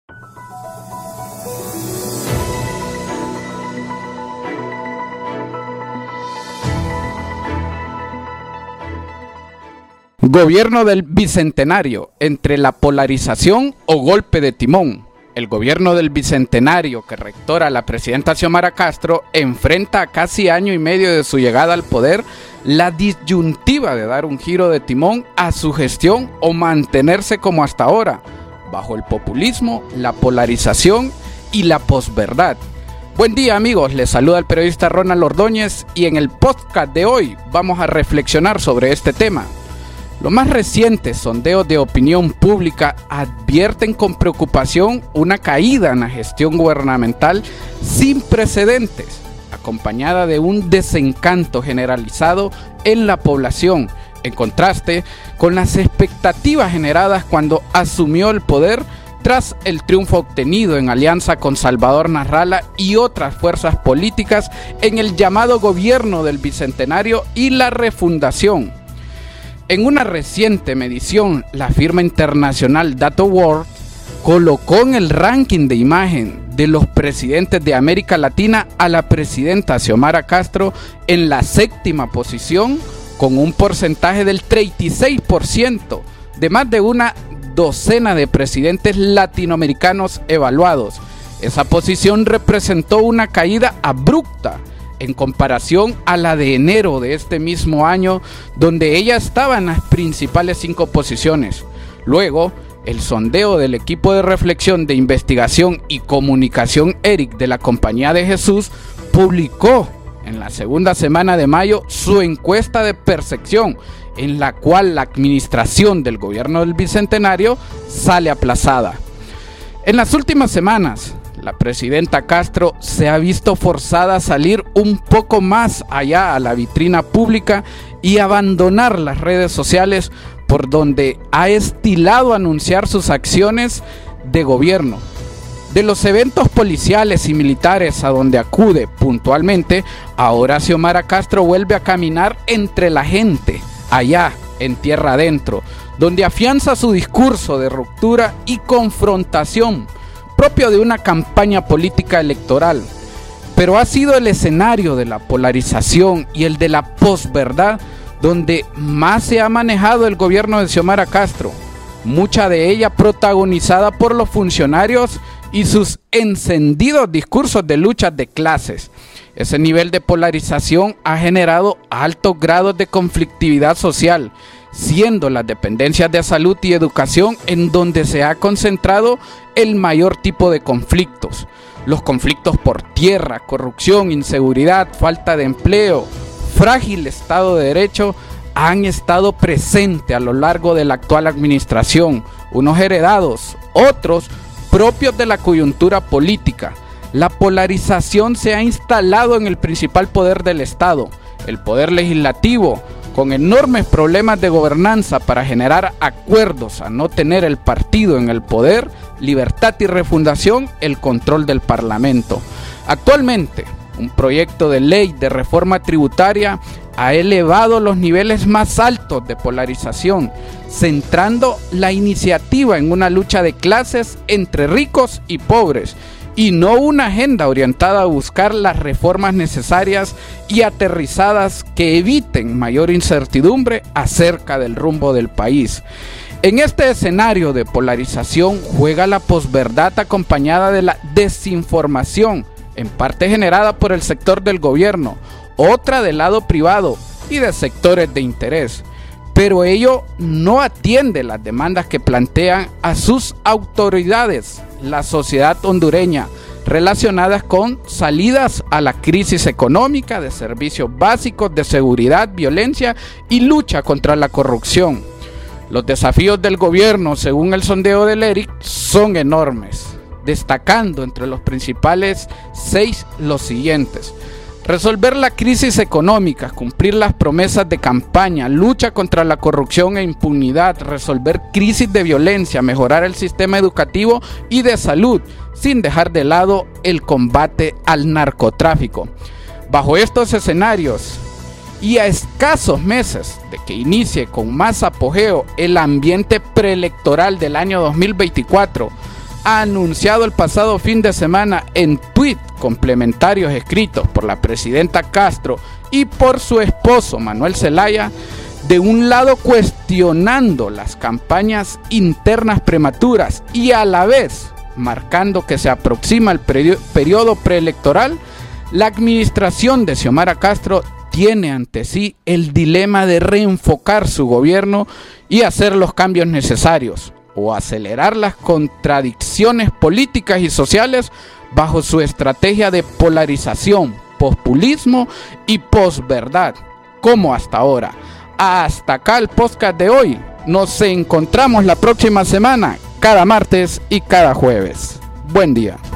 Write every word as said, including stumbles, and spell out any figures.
Gobierno del Bicentenario, entre la polarización o golpe de timón. El gobierno del Bicentenario, que rectora la presidenta Xiomara Castro, enfrenta a casi año y medio de su llegada al poder la disyuntiva de dar un giro de timón a su gestión o mantenerse como hasta ahora, bajo el populismo, la polarización y la posverdad. Buen día amigos, les saluda el periodista Ronald Ordóñez y en el podcast de hoy vamos a reflexionar sobre este tema. Los más recientes sondeos de opinión pública advierten con preocupación una caída en la gestión gubernamental sin precedentes, acompañada de un desencanto generalizado en la población, en contraste con las expectativas generadas cuando asumió el poder tras el triunfo obtenido en alianza con Salvador Narrala y otras fuerzas políticas en el llamado gobierno del Bicentenario y la refundación. En una reciente medición, la firma internacional DataWorld colocó en el ranking de imagen de los presidentes de América Latina a la presidenta Xiomara Castro en la séptima posición, con un porcentaje del treinta y seis por ciento de más de una docena de presidentes latinoamericanos evaluados. Esa posición representó una caída abrupta en comparación a la de enero de este mismo año, donde ella estaba en las principales cinco posiciones. Luego, el sondeo del equipo de reflexión de investigación y comunicación ERIC de la Compañía de Jesús publicó en la segunda semana de mayo su encuesta de percepción, en la cual la administración del gobierno del Bicentenario sale aplazada. En las últimas semanas, la presidenta Castro se ha visto forzada a salir un poco más allá a la vitrina pública y abandonar las redes sociales, por donde ha estilado anunciar sus acciones de gobierno. De los eventos policiales y militares a donde acude puntualmente, ahora Xiomara Castro vuelve a caminar entre la gente, allá en tierra adentro, donde afianza su discurso de ruptura y confrontación, propio de una campaña política electoral, pero ha sido el escenario de la polarización y el de la posverdad donde más se ha manejado el gobierno de Xiomara Castro, mucha de ella protagonizada por los funcionarios y sus encendidos discursos de luchas de clases. Ese nivel de polarización ha generado altos grados de conflictividad social, siendo las dependencias de salud y educación en donde se ha concentrado el mayor tipo de conflictos. Los conflictos por tierra, corrupción, inseguridad, falta de empleo, frágil Estado de Derecho han estado presentes a lo largo de la actual administración, unos heredados, otros propios de la coyuntura política. La polarización se ha instalado en el principal poder del Estado, el poder legislativo, con enormes problemas de gobernanza para generar acuerdos a no tener el partido en el poder, libertad y refundación, el control del Parlamento. Actualmente, un proyecto de ley de reforma tributaria ha elevado los niveles más altos de polarización, centrando la iniciativa en una lucha de clases entre ricos y pobres, y no una agenda orientada a buscar las reformas necesarias y aterrizadas que eviten mayor incertidumbre acerca del rumbo del país. En este escenario de polarización juega la posverdad acompañada de la desinformación, en parte generada por el sector del gobierno, otra del lado privado y de sectores de interés. Pero ello no atiende las demandas que plantean a sus autoridades, la sociedad hondureña, relacionadas con salidas a la crisis económica, de servicios básicos, de seguridad, violencia y lucha contra la corrupción. Los desafíos del gobierno, según el sondeo del ERIC, son enormes, destacando entre los principales seis los siguientes: resolver la crisis económica, cumplir las promesas de campaña, lucha contra la corrupción e impunidad, resolver crisis de violencia, mejorar el sistema educativo y de salud, sin dejar de lado el combate al narcotráfico. Bajo estos escenarios, y a escasos meses de que inicie con más apogeo el ambiente preelectoral del año dos mil veinticuatro, anunciado el pasado fin de semana en tuit complementarios escritos por la presidenta Castro y por su esposo Manuel Zelaya, de un lado cuestionando las campañas internas prematuras y a la vez marcando que se aproxima el periodo preelectoral, la administración de Xiomara Castro tiene ante sí el dilema de reenfocar su gobierno y hacer los cambios necesarios o acelerar las contradicciones políticas y sociales bajo su estrategia de polarización, populismo y posverdad, como hasta ahora. Hasta acá el podcast de hoy. Nos encontramos la próxima semana, cada martes y cada jueves. Buen día.